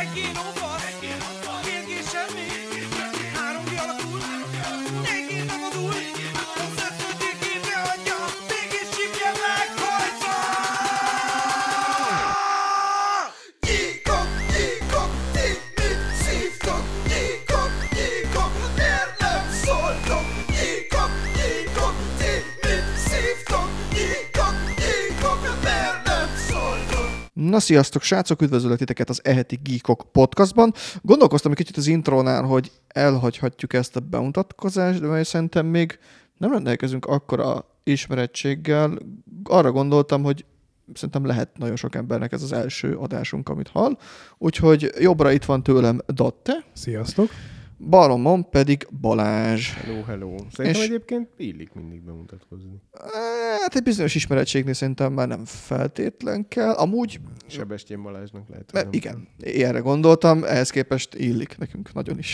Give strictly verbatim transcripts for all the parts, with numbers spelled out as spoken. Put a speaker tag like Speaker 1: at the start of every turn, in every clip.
Speaker 1: Na sziasztok, srácok, üdvözöllek titeket az e-heti Geekok podcastban. Gondolkoztam egy kicsit az intrónál, hogy elhagyhatjuk ezt a bemutatkozást, de szerintem még nem rendelkezünk akkora ismerettséggel. Arra gondoltam, hogy szerintem lehet nagyon sok embernek ez az első adásunk, amit hall. Úgyhogy jobbra itt van tőlem Datte.
Speaker 2: Sziasztok.
Speaker 1: Balomon pedig Balázs.
Speaker 3: Hello, hello. Szerintem és... egyébként illik mindig bemutatkozni.
Speaker 1: Hát egy bizonyos ismerettségnél szerintem már nem feltétlen kell. Amúgy...
Speaker 3: Sebestyén Balázsnak lehet.
Speaker 1: Be, igen, ilyenre gondoltam, ehhez képest illik nekünk nagyon is.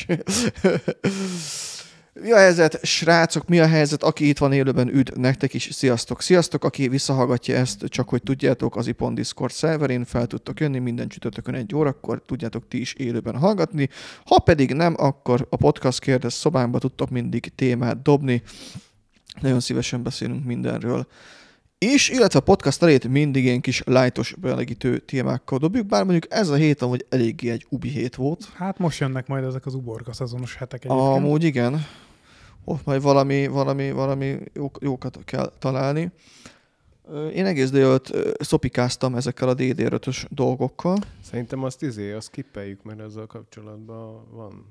Speaker 1: Mi a helyzet, srácok, mi a helyzet, aki itt van élőben, üdv nektek is, sziasztok, sziasztok, aki visszahallgatja ezt, csak hogy tudjátok, az ipon Discord szerverén fel tudtok jönni, minden csütörtökön egy órakor, tudjátok ti is élőben hallgatni, ha pedig nem, akkor a podcast kérdez szobámba tudtok mindig témát dobni, nagyon szívesen beszélünk mindenről. És, illetve a podcast elét mindig ilyen kis lightos, belegítő témákkal dobjuk, bár mondjuk ez a hét amúgy eléggé egy ubi hét volt.
Speaker 2: Hát most jönnek majd ezek az uborka szezonos hetek egyébként.
Speaker 1: Amúgy igen. Ott majd valami, valami, valami jó, jókat kell találni. Én egész délt szopikáztam ezekkel a dé dé ötös dolgokkal.
Speaker 3: Szerintem azt izé, azt skippeljük, mert ezzel kapcsolatban van,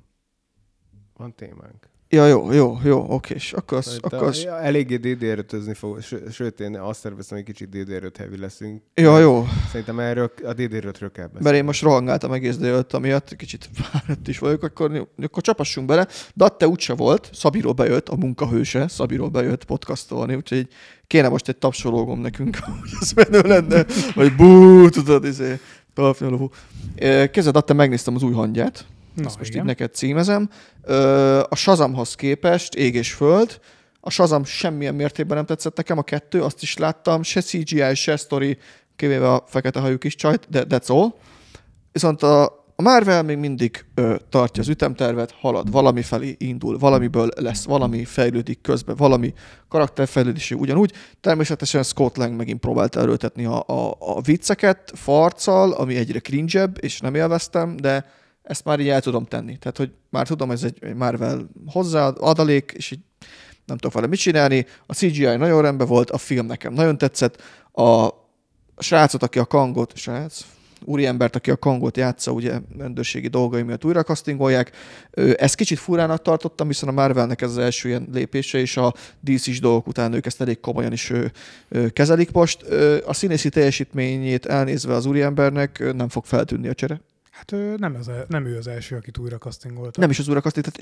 Speaker 3: van témánk.
Speaker 1: Ja, jó, jó, jó, oké. És akkor az...
Speaker 3: A,
Speaker 1: akkor az...
Speaker 3: Ja, eléggé dé dé ötözni fog, sőt, én azt terveztem, hogy kicsit dé dé öt heavy leszünk.
Speaker 1: Ja, jó.
Speaker 3: Szerintem erről, a dé dé ötről kell beszélni.
Speaker 1: Mert én most rohangáltam egész délt, amiatt kicsit fáradt is vagyok, akkor, akkor csapassunk bele. Datte úgyse volt, Szabiról bejött, a munkahőse, Szabiról bejött podcastolni, úgyhogy kéne most egy tapsológom nekünk, hogy az menő lenne, vagy bú, tudod, izé, talpnyoló. Kezdve, Datte, megnéztem az új hangját.
Speaker 2: Na,
Speaker 1: ezt most
Speaker 2: igen.
Speaker 1: így neked címezem. A Shazamhoz képest ég és föld. A Shazam semmilyen mértékben nem tetszett nekem, a kettő, azt is láttam, se cé gé í, se sztori, kivéve a fekete hajú kis csajt, de that's all. Viszont a, a Marvel még mindig ö, tartja az ütemtervet, halad, valami felé indul, valamiből lesz, valami fejlődik közben, valami karakterfejlődési ugyanúgy. Természetesen Scott Lang megint próbált erőltetni a, a, a vicceket farccal, ami egyre cringe-ebb, és nem élveztem, de ezt már így el tudom tenni. Tehát, hogy már tudom, ez egy Marvel hozzáadalék, és így nem tudok vele mit csinálni. A cé gé í nagyon rendben volt, a film nekem nagyon tetszett. A srácot, aki a Kangot, srác, úriembert, aki a Kangot játsza, ugye rendőrségi dolgai miatt újra castingolják. Ezt kicsit furának tartottam, hiszen a Marvelnek ez az első ilyen lépése, és a dé cés dolgok után ők ezt elég komolyan is kezelik most. A színészi teljesítményét elnézve az úriembernek nem fog feltűnni a csere.
Speaker 2: Hát nem, ez, nem ő az első, akit újra castingoltak.
Speaker 1: Nem is az újra castingoltak.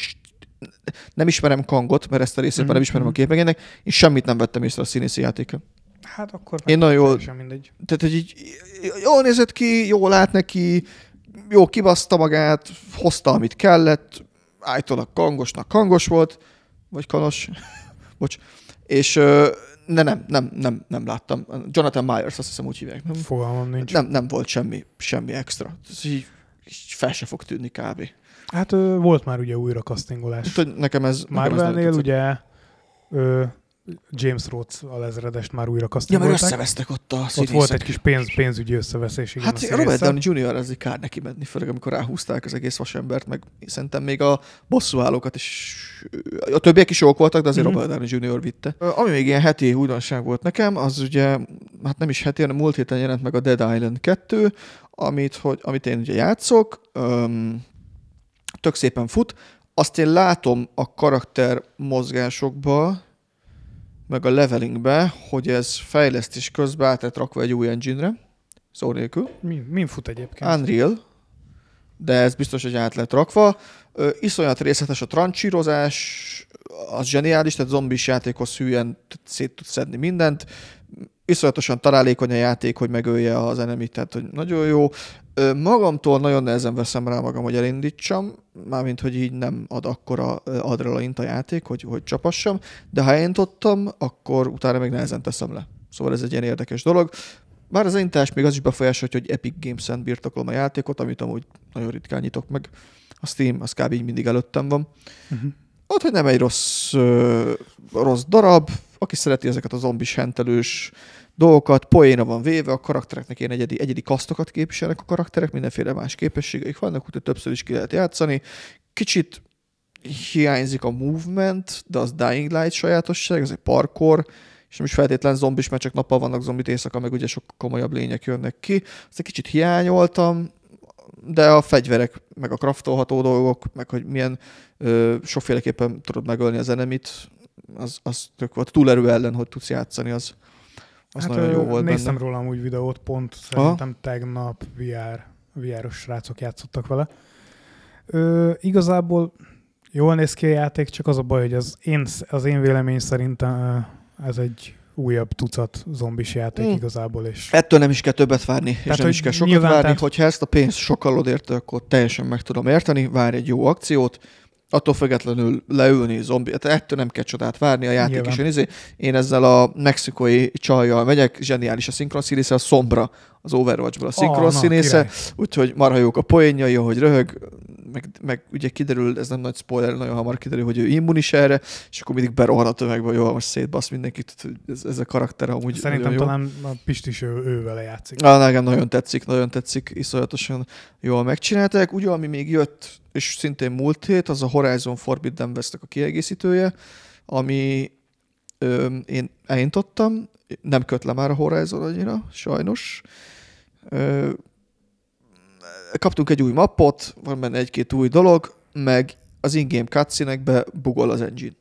Speaker 1: Nem ismerem Kangot, mert ezt a részét mm-hmm. nem ismerem a képregénynek. Én semmit nem vettem észre a színészi játékon.
Speaker 2: Hát akkor
Speaker 1: én nagyon jól,
Speaker 2: mindegy.
Speaker 1: Tehát, hogy így jól nézett ki, jól lát neki, jól kibaszta magát, hozta, amit kellett, állítólag Kangosnak Kangos volt, vagy Kanos, bocs, és de nem, nem, nem, nem láttam. Jonathan Myers, azt hiszem úgy hívják. Nem?
Speaker 2: Fogalmam nincs.
Speaker 1: Nem, nem volt semmi, semmi extra. Ez így, így fel se fog tűnni kb.
Speaker 2: Hát ö, volt már ugye újra castingolás.
Speaker 1: Hát, nekem ez...
Speaker 2: Marvelnél ugye ö, James Rhodes alezredest már újra castingolták.
Speaker 1: Ja, mert összevesztek ott a színészek.
Speaker 2: Ott volt egy kis pénz, pénzügyi összeveszés. Igen,
Speaker 1: hát Robert Downey junior ez kár neki menni, főleg amikor ráhúzták az egész vasembert, meg szerintem még a bosszúállókat is, a többiek is jók voltak, de azért mm-hmm. Robert Downey junior vitte. Ami még ilyen heti újdonság volt nekem, az ugye, hát nem is heti, hanem múlt héten jelent meg a Dead Island kettő, amit, hogy, amit én ugye játszok, öm, tök szépen fut. Azt én látom a karakter mozgásokba, meg a levelingbe, hogy ez fejlesztés közben át lett rakva egy új engine-re, szó nélkül.
Speaker 2: Min, min fut egyébként?
Speaker 1: Unreal, de ez biztos, hogy át lett rakva. Ö, iszonyat részletes a trancsírozás, az zseniális, tehát zombis játékhoz hülyen szét tud szedni mindent. Iszonyatosan találékony a játék, hogy megölje az enemit, tehát hogy nagyon jó. Ö, magamtól nagyon nehezen veszem rá magam, hogy elindítsam, mármint, hogy így nem ad akkora adrenalint a játék, hogy, hogy csapassam, de ha elindítottam, akkor utána még nehezen teszem le. Szóval ez egy ilyen érdekes dolog. bár az intás még az is befolyásolja, hogy Epic Games-en birtokolom a játékot, amit amúgy nagyon ritkán nyitok meg. A Steam, az kb. Így mindig előttem van. Uh-huh. Ott, hogy nem egy rossz, uh, rossz darab, aki szereti ezeket a zombis hentelős dolgokat, poéna van véve, a karaktereknek ilyen egyedi, egyedi kasztokat képviselnek a karakterek, mindenféle más képességeik vannak, úgyhogy többször is ki lehet játszani. Kicsit hiányzik a movement, de az Dying Light sajátosság, ez egy parkour, és nem is feltétlen zombis, mert csak nappal vannak zombit, éjszaka meg ugye sok komolyabb lények jönnek ki. Ezt egy kicsit hiányoltam, de a fegyverek, meg a craftolható dolgok, meg hogy milyen ö, sokféleképpen tudod megölni az enemit, az, az tök volt. Túlerő ellen, hogy tudsz játszani, az, az hát, nagyon jó volt
Speaker 2: néztem
Speaker 1: benne.
Speaker 2: róla amúgy videót, pont szerintem Aha. tegnap vé er, vé er-os srácok játszottak vele. Ö, igazából jól néz ki a játék, csak az a baj, hogy az én, az én vélemény szerintem ez egy újabb tucat zombis játék hmm. igazából. És...
Speaker 1: Ettől nem is kell többet várni, tehát, és nem is kell sokat várni. Tehát... Hogyha ezt a pénzt sokkal odérte, akkor teljesen meg tudom érteni, várj egy jó akciót, attól függetlenül leülni zombi, tehát ettől nem kell csodát várni, a játék is. Izé. Én ezzel a mexikai csajjal megyek, zseniális a szinkron színésze, a Sombra az Overwatchból a szinkron oh, színésze, úgyhogy marha jók a poénjai, ahogy röhög, meg, meg ugye kiderül, ez nem nagy spoiler, nagyon hamar kiderül, hogy ő immunis erre, és akkor mindig berohan a tömegbe, hogy jó, most szétbasz mindenkit, ez, ez a karakter amúgy
Speaker 2: szerintem talán a Pist is ő, ő vele játszik.
Speaker 1: Ah, nekem nagyon tetszik, nagyon tetszik, iszonyatosan jól megcsinálták. Ugye, ami még jött, és szintén múlt hét, az a Horizon Forbidden West-nek a kiegészítője, ami ö, én elintottam, nem köt le már a Horizon annyira, sajnos. Ö, kaptunk egy új mappot, van benne egy-két új dolog, meg az in-game cutscene-ekbe bugol az engine.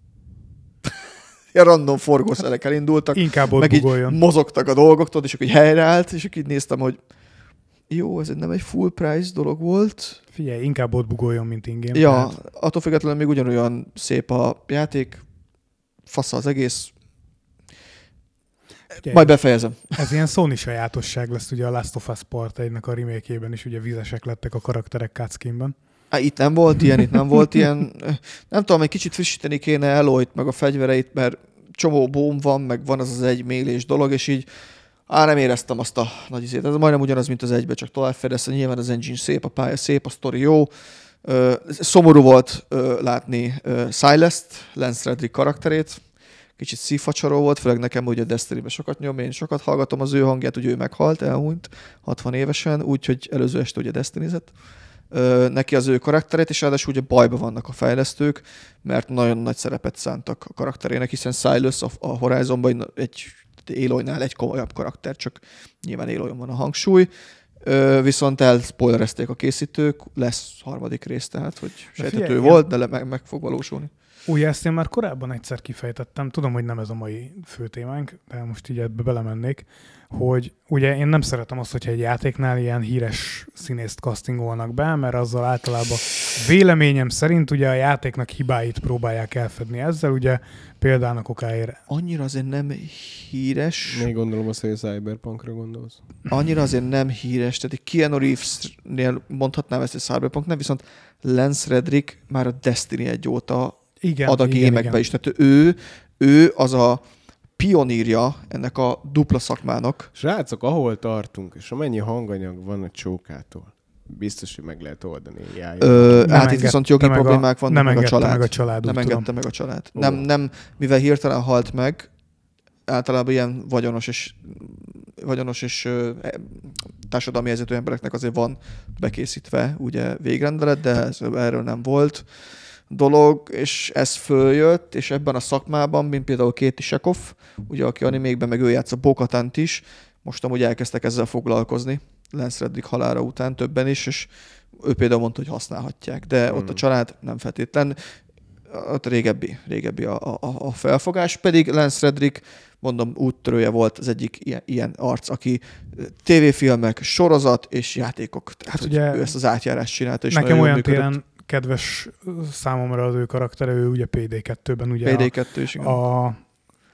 Speaker 1: Ilyen random forgószerek elindultak,
Speaker 2: inkább ott
Speaker 1: meg
Speaker 2: bugoljon.
Speaker 1: Így mozogtak a dolgok, tudod, és akkor így helyreállt, és akkor így néztem, hogy jó, ez nem egy full price dolog volt.
Speaker 2: Figyelj, inkább ott bugoljon, mint in-game.
Speaker 1: Ja,
Speaker 2: tehát...
Speaker 1: attól függetlenül még ugyanolyan szép a játék, fasz az egész. Figyelj, majd befejezem.
Speaker 2: Ez ilyen Sony sajátosság lesz, ugye a Last of Us Part egynek a remake-ében is ugye vizesek lettek a karakterek cutscene-ben.
Speaker 1: Há, itt nem volt ilyen, itt nem volt ilyen. Nem tudom, egy kicsit frissíteni kéne Eloyt, meg a fegyvereit, mert csomó boom van, meg van az az egy mélés dolog, és így á, nem éreztem azt a nagy izét. Ez majdnem ugyanaz, mint az egybe, csak továbbfejlesztve. Nyilván az engine szép, a pálya szép, a sztori jó. Uh, szomorú volt uh, látni uh, Silas-t, Lance Reddick karakterét. Kicsit szívfacsaró volt, főleg nekem, ugye a Destiny-ben sokat nyom, én sokat hallgatom az ő hangját, ugye ő meghalt, elhunyt hatvan évesen, úgyhogy előző este ugye Destiny-zett. Uh, neki az ő karakterét, és ráadásul ugye bajban vannak a fejlesztők, mert nagyon nagy szerepet szántak a karakterének, hiszen Silas a, a Horizonban egy Aloynál egy komolyabb karakter, csak nyilván Aloyn van a hangsúly. Ö, viszont elspoilerezték a készítők, lesz harmadik rész, tehát hogy sejtető volt, de le, meg, meg fog valósulni.
Speaker 2: Ugye ezt én már korábban egyszer kifejtettem, tudom, hogy nem ez a mai fő témánk, de most így ebbe belemennék, hogy ugye én nem szeretem azt, hogyha egy játéknál ilyen híres színészt castingolnak be, mert azzal általában véleményem szerint ugye a játéknak hibáit próbálják elfedni ezzel, ugye példának okáért.
Speaker 1: Annyira azért nem híres.
Speaker 3: Még gondolom azt, hogy a Cyberpunkra gondolsz.
Speaker 1: Annyira azért nem híres, tehát Keanu Reeves-nél mondhatnám ezt, hogy Cyberpunk nem, viszont Lance Reddick már a Destiny egy óta
Speaker 2: igen,
Speaker 1: ad a
Speaker 2: igen,
Speaker 1: gémekbe
Speaker 2: igen.
Speaker 1: is. Tehát ő, ő az a pionírja ennek a dupla szakmának.
Speaker 3: Srácok, ahol tartunk, és amennyi hanganyag van a csókától, biztos, hogy meg lehet oldani.
Speaker 1: Ö, hát itt viszont jogi problémák vannak,
Speaker 2: nem
Speaker 1: meg a család.
Speaker 2: Meg a család
Speaker 1: nem engedte
Speaker 2: tudom.
Speaker 1: meg a család. Nem, nem, mivel hirtelen halt meg, általában ilyen vagyonos és, vagyonos és ö, társadalmi helyzetű embereknek azért van bekészítve ugye végrendelet, de ez, erről nem volt dolog, és ez följött, és ebben a szakmában, mint például Katie Sackhoff, ugye aki animékben, meg ő játsza Bo-Katant is, most amúgy elkezdtek ezzel foglalkozni, Lance Reddick halála után többen is, és ő például mondta, hogy használhatják, de hmm. ott a család nem feltétlen, ott régebbi, régebbi a, a, a felfogás, pedig Lance Reddick, mondom, úttörője volt az egyik ilyen, ilyen arc, aki tévéfilmek, sorozat és játékok. Tehát, hát ugye ő ezt az átjárást csinálta, és
Speaker 2: nekem olyan téren kedves számomra az ő karaktere, ő ugye pé dé kettőben ugye
Speaker 1: pé dé kettő is, igen.
Speaker 2: a, a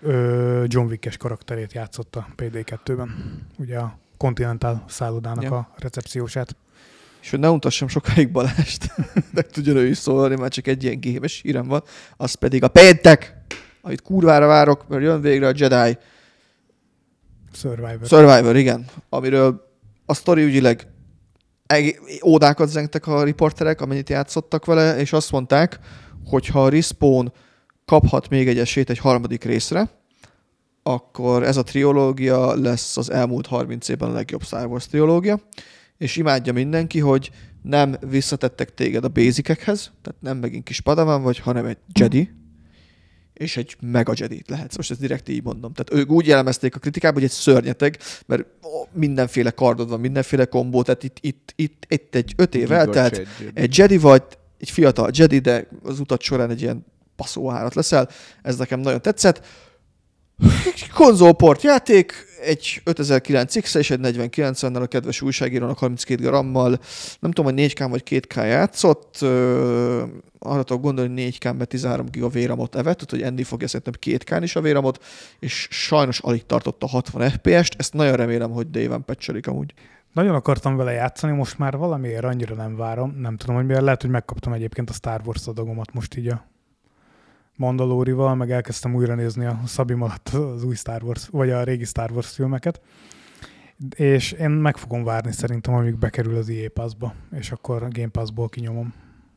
Speaker 2: John Wick-es karakterét játszotta pé dé kettőben, ugye a Continental szállodának ja. a recepciósát.
Speaker 1: És hogy ne untassam sokáig Balást, meg tudjon ő is szólni, már csak egy ilyen gémes hírem van, az pedig a péntek, amit kurvára várok, mert jön végre a Jedi
Speaker 2: Survivor.
Speaker 1: Survivor, igen. Amiről a sztori ügyileg ódákat zengtek a riporterek, amennyit játszottak vele, és azt mondták, hogy ha a Respawn kaphat még egy esélyt egy harmadik részre, akkor ez a triológia lesz az elmúlt harminc évben a legjobb Star Wars triológia, és imádja mindenki, hogy nem visszatettek téged a basicekhez, tehát nem megint kis padawan vagy, hanem egy Jedi, és egy mega Jedi lehetsz. Most ezt direkt így mondom. Tehát ők úgy jellemezték a kritikában, hogy egy szörnyeteg, mert mindenféle kardod van, mindenféle kombó, tehát itt, itt, itt, itt egy öt év eltelt, Jedi. egy Jedi vagy, egy fiatal Jedi, de az utat során egy ilyen passzóhárat leszel. Ez nekem nagyon tetszett. Konzolport játék, egy ötezer-kilenc X és egy negyvenkilencvennel a kedves újságírónak harminckét grammal, nem tudom, hogy négy ká vagy két ká játszott, ö, arra tudok gondolni, hogy négy ká-ben tizenhárom giga véramot evett, hogy enni fogja szerintem két ká-n is a véramot, és sajnos alig tartotta hatvan ef pé est, ezt nagyon remélem, hogy Dave-en patchelik amúgy.
Speaker 2: Nagyon akartam vele játszani, most már valamiért annyira nem várom, nem tudom, hogy miért, lehet, hogy megkaptam egyébként a Star Wars adagomat most így a Mandalorival, meg elkezdtem újra nézni a Szabim alatt az új Star Wars, vagy a régi Star Wars filmeket, és én meg fogom várni szerintem, amíg bekerül az í á Pass-ba, és akkor a Game Pass-ból kinyomom.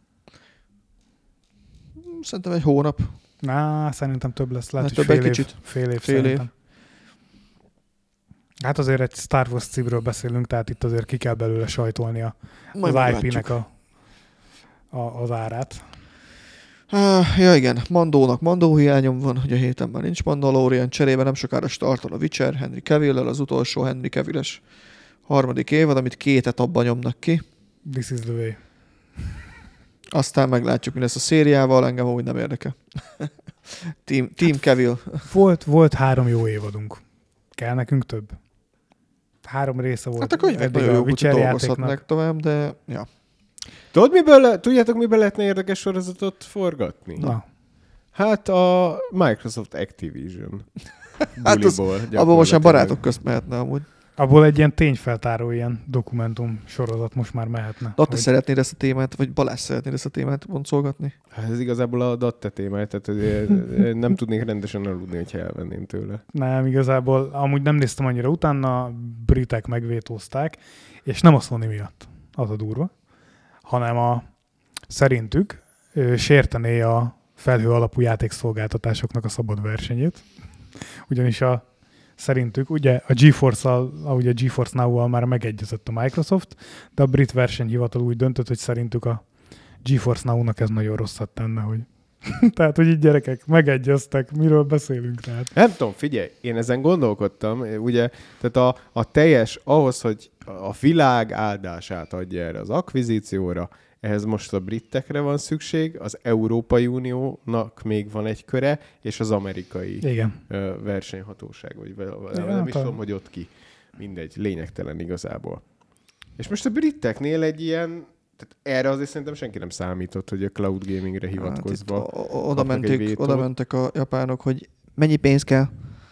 Speaker 1: Szerintem egy hónap.
Speaker 2: Ná, szerintem több lesz, lehet,
Speaker 1: hát
Speaker 2: hogy fél év,
Speaker 1: kicsit.
Speaker 2: fél év
Speaker 1: fél
Speaker 2: szerintem.
Speaker 1: Év.
Speaker 2: Hát azért egy Star Wars címről beszélünk, tehát itt azért ki kell belőle sajtolni a,
Speaker 1: Majd
Speaker 2: az í pé-nek a, a, az árát.
Speaker 1: Uh, ja igen, Mandónak Mandó hiányom van, hogy a héten már nincs Mandalorian, cserébe nem sokára startol a Witcher, Henry Cavill-el, az utolsó Henry Cavill-es harmadik évad, amit két etapban nyomnak ki.
Speaker 2: This is the way.
Speaker 1: Aztán meglátjuk, mi lesz a szériával, engem úgy nem érdekel. Team, Team Cavill.
Speaker 2: Volt, volt három jó évadunk. Kell nekünk több? Három része volt.
Speaker 1: Hát a könyvek
Speaker 2: eddig
Speaker 1: nagyon
Speaker 2: a
Speaker 1: jó, hogy
Speaker 2: Witcher
Speaker 1: dolgozhatnak
Speaker 2: játéknak.
Speaker 1: tovább, de ja.
Speaker 3: Tudod, miből, tudjátok, miből lehetne érdekes sorozatot forgatni?
Speaker 2: Na.
Speaker 3: Hát a Microsoft Activision
Speaker 1: Hát az,
Speaker 3: buliból.
Speaker 1: abban most már barátok közt mehetne amúgy.
Speaker 2: Abból egy ilyen tényfeltáró, ilyen dokumentum sorozat most már mehetne.
Speaker 1: De te
Speaker 2: hogy...
Speaker 1: szeretnéd ezt a témát, vagy Balázs szeretnéd ezt a témát boncolgatni?
Speaker 3: Hát ez igazából a Datte témája, tehát azért nem tudnék rendesen aludni, hogyha elvenném tőle.
Speaker 2: Nem, igazából amúgy nem néztem annyira utána, britek megvétózták, és nem a Sony miatt, az a durva, hanem a szerintük ő, sértené a felhő alapú játékszolgáltatásoknak a szabad versenyét. Ugyanis a szerintük, ugye a GeForce-al, ahogy a GeForce Now-val már megegyezett a Microsoft, de a brit versenyhivatal úgy döntött, hogy szerintük a GeForce Now-nak ez nagyon rosszat tenne, hogy tehát, hogy így gyerekek, megegyeztek, miről beszélünk tehát.
Speaker 3: Nem tudom, figyelj, én ezen gondolkodtam, ugye, tehát a, a teljes, ahhoz, hogy a világ áldását adja erre az akvizícióra, ehhez most a britekre van szükség, az Európai Uniónak még van egy köre, és az amerikai
Speaker 2: Igen.
Speaker 3: versenyhatóság, vagy
Speaker 2: Ja,
Speaker 3: nem is
Speaker 2: talán.
Speaker 3: tudom, hogy ott ki. Mindegy, lényegtelen igazából. És most a briteknél egy ilyen, tehát erre azért szerintem senki nem számított, hogy a cloud gamingre hivatkozva.
Speaker 1: Hát o- o- oda, menték, oda mentek a japánok, hogy mennyi pénz kell?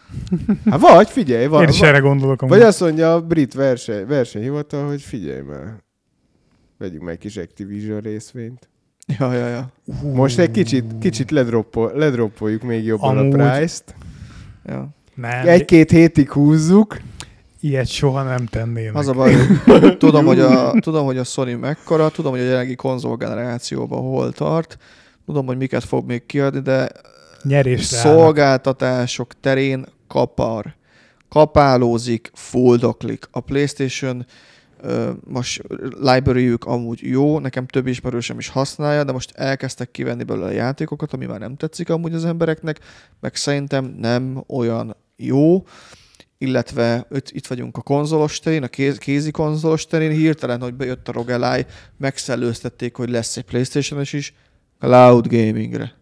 Speaker 3: Hát vagy, figyelj, van.
Speaker 2: Én is erre gondolok.
Speaker 3: Vagy azt mondja a brit verseny, versenyhivatal, hogy figyelj már, vegyünk meg egy kis Activision részvényt.
Speaker 1: Ja, ja, ja.
Speaker 3: Most egy kicsit, kicsit ledroppol, ledroppoljuk még jobban
Speaker 2: Amúgy-
Speaker 3: a price-t.
Speaker 1: ja.
Speaker 2: Nem,
Speaker 3: Egy-két hétig húzzuk.
Speaker 2: ilyet soha nem tennének.
Speaker 1: Az a baj, hogy tudom, hogy a, tudom, hogy a Sony mekkora, tudom, hogy a jelenlegi konzolgenerációban hol tart, tudom, hogy miket fog még kiadni, de
Speaker 2: Nyerésre állnak.
Speaker 1: szolgáltatások terén kapar. Kapálózik, fuldoklik. A PlayStation uh, most library-jük amúgy jó, nekem több ismerősöm is használja, de most elkezdtek kivenni belőle a játékokat, ami már nem tetszik amúgy az embereknek, meg szerintem nem olyan jó, illetve itt, itt vagyunk a konzolos terén, a kéz, kézi konzolos terén, hirtelen, hogy bejött a R O G Ally, megszellőztették, hogy lesz egy PlayStation-es is, cloud gamingre.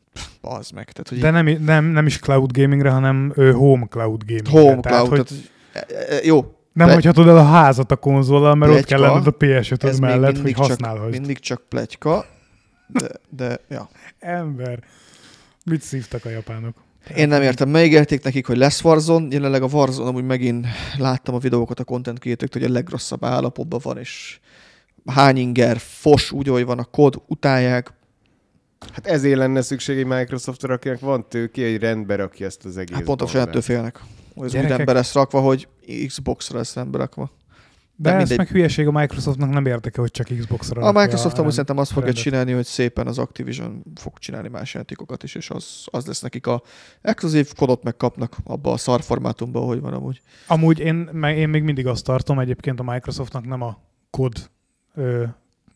Speaker 1: Bazd meg. Tehát, hogy
Speaker 2: De nem, nem, nem is cloud gamingre, hanem ő, home cloud gamingre.
Speaker 1: home
Speaker 2: tehát,
Speaker 1: cloud.
Speaker 2: hogy
Speaker 1: Tehát, e, e, jó.
Speaker 2: nem
Speaker 1: ple-
Speaker 2: hagyhatod el a házat a konzollal, mert ott
Speaker 1: pletyka,
Speaker 2: kell lenned a pé es ötöd
Speaker 1: ez még
Speaker 2: mellett, hogy
Speaker 1: mindig csak,
Speaker 2: használhassd.
Speaker 1: mindig csak pletyka, de, de ja.
Speaker 2: Ember. Mit szívtak a japánok?
Speaker 1: Én nem értem, megígérték nekik, hogy lesz Warzone, jelenleg a Warzone, amúgy megint láttam a videókat a content creator-től, hogy a legrosszabb állapotban van, és hány inger, fos, úgy, hogy van a kód, utálják.
Speaker 3: Hát ezért lenne szükség egy Microsoftra, akinek van tőké, hogy rendbe rakja ezt az egész.
Speaker 1: Hát pontosan ettől félnek. Hogy ez úgy
Speaker 2: Gyerekek-
Speaker 1: rendbe lesz rakva, hogy Xbox-ra lesz rendbe rakva.
Speaker 2: De,
Speaker 1: De
Speaker 2: ez
Speaker 1: mindegy.
Speaker 2: meg hülyeség, a Microsoftnak nem érdeke, hogy csak Xbox-ra
Speaker 1: A
Speaker 2: rakja
Speaker 1: Microsoft amúgy
Speaker 2: rend-
Speaker 1: szerintem azt fogja
Speaker 2: rendet.
Speaker 1: csinálni, hogy szépen az Activision fog csinálni más játékokat is, és az, az lesz nekik a exkluzív kodot megkapnak abba a szar formátumban, hogy van amúgy.
Speaker 2: Amúgy én, meg én még mindig azt tartom, egyébként a Microsoftnak nem a kod ö,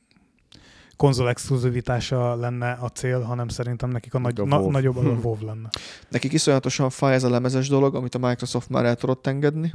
Speaker 2: konzol exkluzivitása lenne a cél, hanem szerintem nekik a, nagy,
Speaker 3: A
Speaker 2: na,
Speaker 3: WoW.
Speaker 2: nagyobb a WoW lenne.
Speaker 1: Nekik iszonyatosan fáj ez a lemezes dolog, amit a Microsoft már el tudott engedni.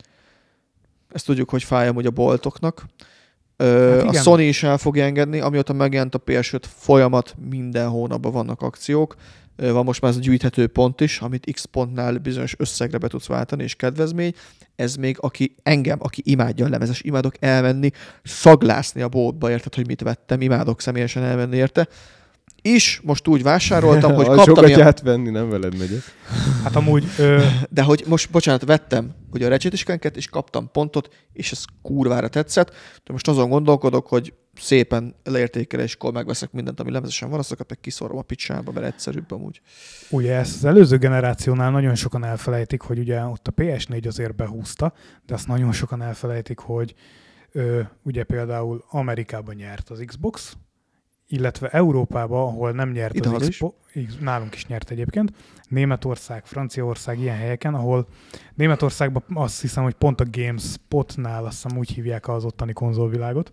Speaker 1: Ezt tudjuk, hogy fáj amúgy a boltoknak. Ö,
Speaker 2: Hát
Speaker 1: a
Speaker 2: igen.
Speaker 1: Sony is el fogja engedni, amióta megjelent a pé es öt folyamat, minden hónapban vannak akciók. Ö, van most már ez a gyűjthető pont is, amit X pontnál bizonyos összegre be tudsz váltani, és kedvezmény. Ez még aki engem, aki imádja a lemezes, imádok elmenni, szaglászni a boltba, érted, hogy mit vettem, imádok személyesen elmenni érte. És most úgy vásároltam, hogy kaptam
Speaker 3: Sokat
Speaker 1: ilyen...
Speaker 3: átvenni, nem veled megyek.
Speaker 2: Hát amúgy ö,
Speaker 1: De hogy most, bocsánat, vettem ugye a Ratchet and Clanket, és kaptam pontot, és ez kurvára tetszett. De most azon gondolkodok, hogy szépen leértékeléskor megveszek mindent, ami lemezesen van, azokat meg kiszorom a picsába, mert egyszerűbb amúgy.
Speaker 2: ugye ezt az előző generációnál nagyon sokan elfelejtik, hogy ugye ott a pé es négy azért behúzta, de azt nagyon sokan elfelejtik, hogy ö, ugye például Amerikában nyert az Xbox, illetve Európában, ahol nem nyert
Speaker 1: Ide
Speaker 2: az
Speaker 1: is.
Speaker 2: Xbox, nálunk is nyert egyébként, Németország, Franciaország, ilyen helyeken, ahol Németországban azt hiszem, hogy pont a GameSpotnál azt hiszem úgy hívják az ottani konzolvilágot.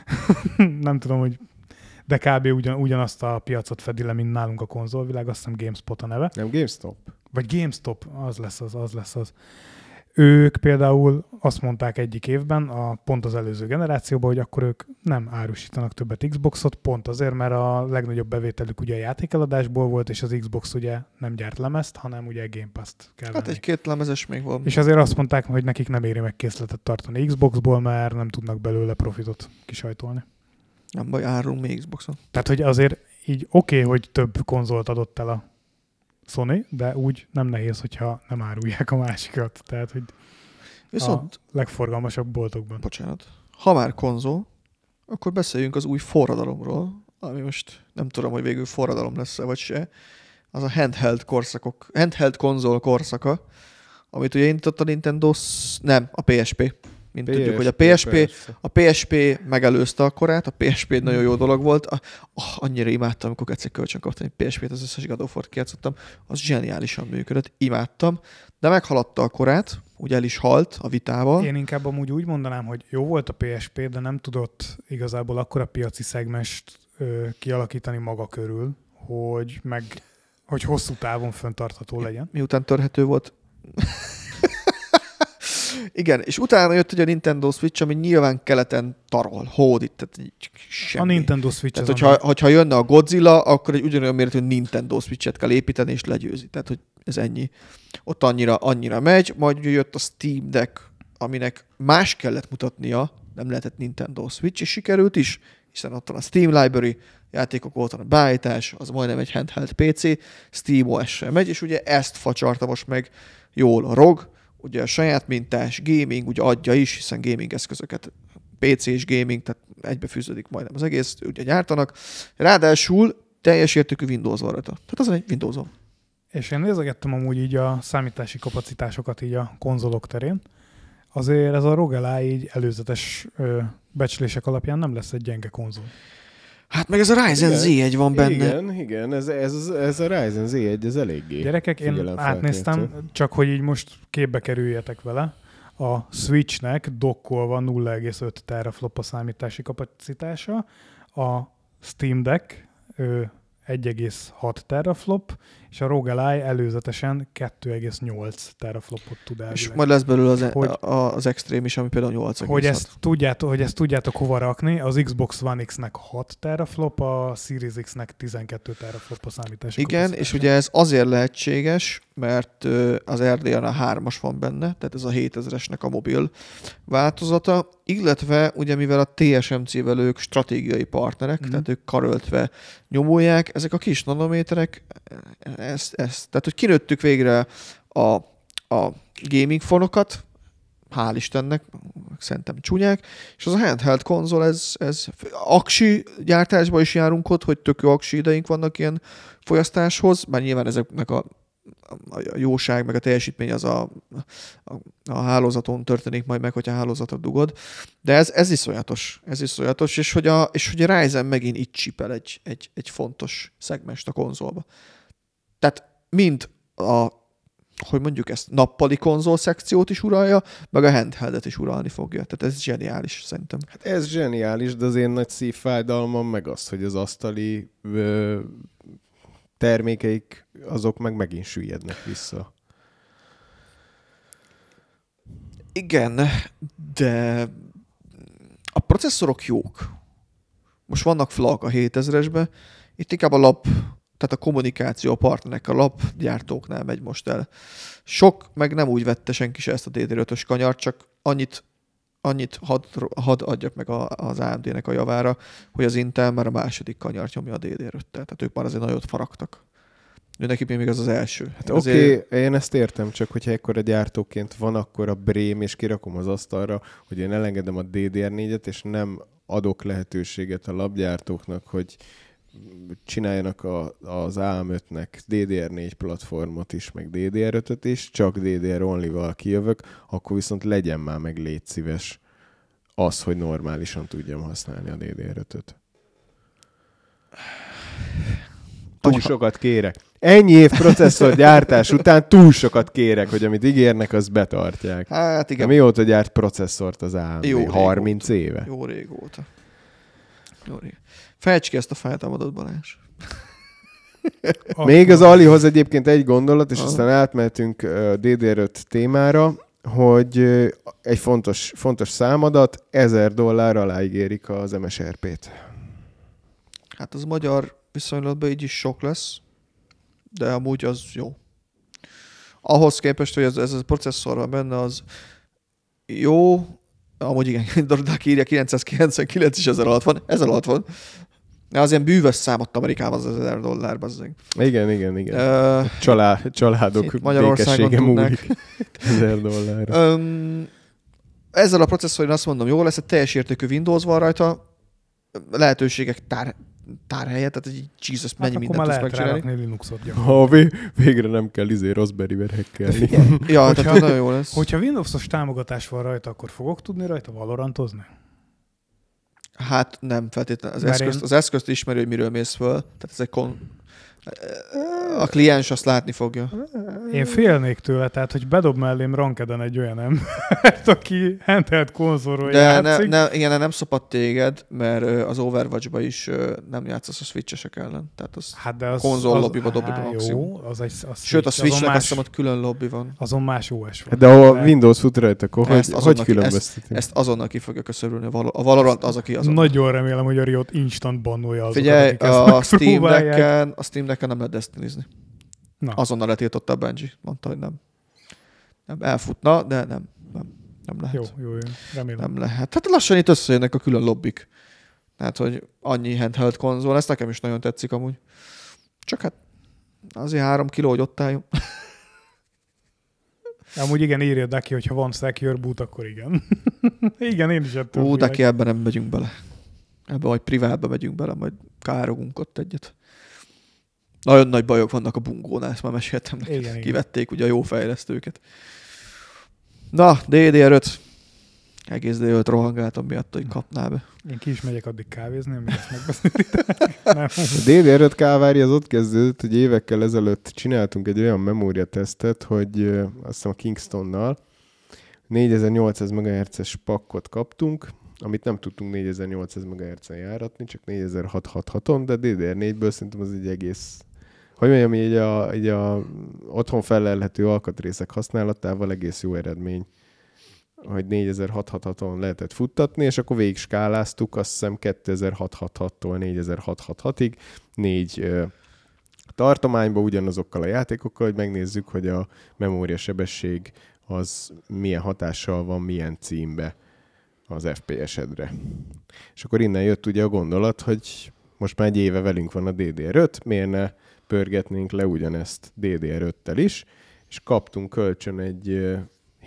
Speaker 2: Nem tudom, hogy de kb. Ugyan, ugyanazt a piacot fedi le, mint nálunk a konzolvilág, azt hiszem GameSpot a neve.
Speaker 3: Nem GameStop.
Speaker 2: Vagy GameStop, az lesz az, az lesz az. Ők például azt mondták egyik évben, a, pont az előző generációban, hogy akkor ők nem árusítanak többet Xboxot, pont azért, mert a legnagyobb bevételük ugye a játékeladásból volt, és az Xbox ugye nem gyárt lemezt, hanem ugye Game Pass-t kell
Speaker 1: Hát
Speaker 2: venni.
Speaker 1: egy-két lemezes még van.
Speaker 2: És azért azt mondták, hogy nekik nem éri meg készletet tartani Xboxból, mert nem tudnak belőle profitot kisajtolni.
Speaker 1: Nem baj, árulunk még Xboxon.
Speaker 2: Tehát, hogy azért így oké, okay, hogy több konzolt adott el a Sony, de úgy nem nehéz, hogyha nem árulják a másikat. Tehát, hogy
Speaker 1: Viszont,
Speaker 2: a legforgalmasabb boltokban.
Speaker 1: bocsánat, ha már konzol, akkor beszéljünk az új forradalomról, ami most nem tudom, hogy végül forradalom lesz-e vagy se. Az a handheld korszakok, handheld konzol korszaka, amit ugye indított a Nintendo, nem, a pé es pé. Mint tudjuk, hogy a pé es pé,
Speaker 3: persze.
Speaker 1: a pé es pé megelőzte a korát, a pé es pé egy nagyon jó dolog volt. A, oh, annyira imádtam, amikor egyszer kölcsön kaptam egy pé es pét, az összes God of War-t kijátszottam, az zseniálisan működött, imádtam, de meghaladta a korát, ugye el is halt a vitával.
Speaker 2: Én inkább amúgy úgy mondanám, hogy jó volt a pé es pé, de nem tudott igazából akkora piaci szegmest ö, kialakítani maga körül, hogy meg hogy hosszú távon fenntartható legyen.
Speaker 1: Miután törhető volt. Igen, és utána jött ugye a Nintendo Switch, ami nyilván keleten tarol, hódít, tehát így semmi.
Speaker 2: A Nintendo Switch
Speaker 1: Tehát,
Speaker 2: az,
Speaker 1: hogyha,
Speaker 2: ami-
Speaker 1: hogyha jönne a Godzilla, akkor egy ugyanolyan méretű Nintendo Switch-et kell építeni, és legyőzi. Tehát, hogy ez ennyi. Ott annyira, annyira megy, majd ugye jött a Steam Deck, aminek más kellett mutatnia, nem lehetett Nintendo Switch, és sikerült is, hiszen ott van a Steam Library, játékok volt a beállítás, az majdnem egy handheld pé cé, SteamOS-sel megy, és ugye ezt facsarta most meg jól a ROG, ugye a saját mintás gaming ugye adja is, hiszen gaming eszközöket, pé cé és gaming, tehát egybefűződik majdnem az egész, ugye gyártanak. Ráadásul teljes értékű Windows van rajta. Tehát az egy Windows van.
Speaker 2: És én nézegettem amúgy így a számítási kapacitásokat így a konzolok terén. Azért ez a ROG Ally így előzetes ö, becslések alapján nem lesz egy gyenge konzol.
Speaker 1: Hát meg ez a Ryzen
Speaker 3: Igen.
Speaker 1: zé egy van benne.
Speaker 3: Igen, igen, ez, ez, ez a Ryzen zé egy, ez eléggé.
Speaker 2: Gyerekek, én
Speaker 3: figyelemfelkeltő.
Speaker 2: átnéztem, csak hogy így most képbe kerüljetek vele, a Switchnek dokkolva nulla egész öt teraflop a számítási kapacitása, a Steam Deck ö, egy egész hat teraflop, és a ROG Ally előzetesen kettő egész nyolc teraflopot tud
Speaker 1: És
Speaker 2: elvileg.
Speaker 1: majd lesz belőle az,
Speaker 2: Hogy-
Speaker 1: a, az Extreme is, ami például nyolc egész hat.
Speaker 2: Hogy ezt, tudjátok, hogy ezt tudjátok hova rakni, az Xbox One X-nek hat teraflop, a Series X-nek tizenkét teraflop a számítási
Speaker 1: Igen,
Speaker 2: kapacitása.
Speaker 1: és ugye ez azért lehetséges, mert ö, az er dé en á hármas van benne, tehát ez a hétezresnek a mobil változata, illetve ugye mivel a té es em cé-vel ők stratégiai partnerek,
Speaker 2: Mhm.
Speaker 1: tehát ők karöltve nyomulják, ezek a kis nanométerek, ezt, ezt, tehát hogy kinőttük végre a, a gaming fonokat, hál' Istennek, szerintem csúnyák, és az a handheld konzol, ez, ez aksi gyártásban is járunk ott, hogy tök jó aksi ideink vannak ilyen fogyasztáshoz, bár nyilván ezeknek a, a jóság, meg a teljesítmény az a, a, a hálózaton történik majd meg, hogyha a hálózatot dugod, de ez, ez iszonyatos, ez iszonyatos, és hogy a, és hogy a Ryzen megint itt csipel egy, egy, egy fontos szegmest a konzolba. Tehát mind a hogy mondjuk ezt nappali konzol szekciót is uralja, meg a handheldet is uralni fogja. Tehát ez zseniális szerintem.
Speaker 3: Hát ez zseniális, de az én nagy szívfájdalmam meg az, hogy az asztali ö, termékeik azok meg megint süllyednek vissza.
Speaker 1: Igen, de a processzorok jók. Most vannak flak a hétezresbe, itt inkább a lap, tehát a kommunikáció a partnerek a lapgyártóknál megy most el. Sok, meg nem úgy vette senki se ezt a dé dé er ötös kanyart, csak annyit, annyit hadd had adjak meg a, az á em dé-nek a javára, hogy az Intel már a második kanyart nyomja a dé dé er öttel. Tehát ők már azért nagyot faragtak. Ő neki még az az első.
Speaker 3: Hát oké, okay, én ezt értem, csak hogyha ekkora gyártóként van akkor a brém, és kirakom az asztalra, hogy én elengedem a dé dé er négyet, és nem adok lehetőséget a lapgyártóknak, hogy csináljanak a, az á em ötnek dé dé er négy platformot is, meg dé dé er ötöt is, csak dé dé er only-val kijövök, akkor viszont legyen már meg légy szíves az, hogy normálisan tudjam használni a dé dé er ötöt. Túl
Speaker 1: Hogyha... sokat
Speaker 3: kérek. Ennyi év processzorgyártás után túl sokat kérek, hogy amit ígérnek, azt betartják.
Speaker 1: Hát igen.
Speaker 3: De mióta gyárt processzort az á em dé?
Speaker 1: Jó
Speaker 3: harminc
Speaker 1: régóta.
Speaker 3: éve?
Speaker 1: Jó régóta. Jó régóta. Fejtsd ki ezt a feltámadott Balázs.
Speaker 3: Még az Alihoz egyébként egy gondolat, és aztán átmehetünk dé dé er öt témára, hogy egy fontos, fontos számadat, ezer dollár alá ígérik az em es er pét.
Speaker 1: Hát az magyar viszonylatban így is sok lesz, de amúgy az jó. Ahhoz képest, hogy ez, ez a processzor van benne, az jó, amúgy igen, Dordák írja, kilencszázkilencvenkilenc is ezer alatt van, ezer alatt van. De az ilyen bűvös számot Amerikában az ezer dollár, bazzeg.
Speaker 3: Igen, igen, igen. Uh, Csalá, családok békessége múlik ezer dollárra.
Speaker 1: Um, ezzel a processzorén azt mondom, jó lesz, egy teljes értékű Windows van rajta, lehetőségek tár, tárhelye, tehát egy Jesus, mennyi
Speaker 2: hát
Speaker 1: mindent tudsz megcsinálni.
Speaker 2: Linuxot
Speaker 3: ha vé- végre nem kell izé Raspberry-vel hackelni.
Speaker 1: Ja, hogyha, tehát nagyon jó lesz.
Speaker 2: Hogyha Windowsos támogatás van rajta, akkor fogok tudni rajta valorantozni?
Speaker 1: Hát nem feltétlenül. Az eszközt, én... az eszközt ismeri, hogy miről mész föl. Tehát ez egy kon... A kliens azt látni fogja.
Speaker 2: Én félnék tőle, tehát, hogy bedob mellém Rankeden egy olyan embert, aki handheld konzolról
Speaker 1: de
Speaker 2: játszik.
Speaker 1: Ne, ne, igen, nem szopott téged, mert az Overwatch-ba is nem játszasz a Switch-esek ellen. Tehát az,
Speaker 2: hát de az
Speaker 1: konzol lobbyba dobod a maximum.
Speaker 2: Jó, az egy, az
Speaker 1: Sőt, a Switch-nek azt hiszem, ott külön lobby van.
Speaker 2: Azon más ó es van.
Speaker 3: De ha a Windows fut rajta, akkor hogy, hogy különböztetem?
Speaker 1: Ezt, ezt azonnal ki fogja köszörülni. A Valorant az, aki azonnal.
Speaker 2: Nagyon remélem, hogy a Riot instant bannolja azokat,
Speaker 1: figyelj, a Steam Decken, a Steam Decken nem lehet destinizni.
Speaker 2: Na.
Speaker 1: Azonnal letiltotta a Bungie. Mondta, hogy nem. Nem elfutna, de nem. Nem, nem lehet.
Speaker 2: Jó, jó, jó. Remélem.
Speaker 1: Nem lehet. Hát lassan itt összejönnek a külön lobbik. Tehát, hogy annyi handheld konzol, ezt nekem is nagyon tetszik amúgy. Csak hát azért három kiló, hogy ott álljon.
Speaker 2: Amúgy igen, írja Daki, hogyha van secure boot, akkor igen. Igen, én is ettől
Speaker 1: Ó, Daki, ebben nem megyünk bele. Ebben majd privátba megyünk bele, majd károgunk ott egyet. Nagyon nagy bajok vannak a bungónál, ezt már meséltem neked.
Speaker 2: Igen,
Speaker 1: Kivették igen. Ugye a jó fejlesztőket. Na, dé dé er öt. Egész délőtt rohangáltam miatt, hogy kapná be.
Speaker 2: Én ki is megyek addig kávézni, amíg ezt megbeszélitek.
Speaker 3: A dé dé er öt kávári az ott kezdődött, hogy évekkel ezelőtt csináltunk egy olyan memóriatesztet, hogy uh, azt hiszem a Kingstonnal négyezer-nyolcszáz megahertzes pakkot kaptunk, amit nem tudtunk négyezer-nyolcszáz megahertzen járatni, csak négyezer-hatszázhatvanhaton, de dé dé er négyből szerintem az egy egész, hogy mondjam, így a, így a otthon felelhető alkatrészek használatával egész jó eredmény, hogy négyezer-hatszázhatvanhaton lehetett futtatni, és akkor végig skáláztuk, azt hiszem kétezer-hatszázhatvanhattól négyezer-hatszázhatvanhatig négy ö, tartományba ugyanazokkal a játékokkal, hogy megnézzük, hogy a memóriasebesség az milyen hatással van, milyen címbe az ef pé es-edre. És akkor innen jött ugye a gondolat, hogy most már egy éve velünk van a dé dé er öt, miért ne pörgetnénk le ugyanezt dé dé er öttel is, és kaptunk kölcsön egy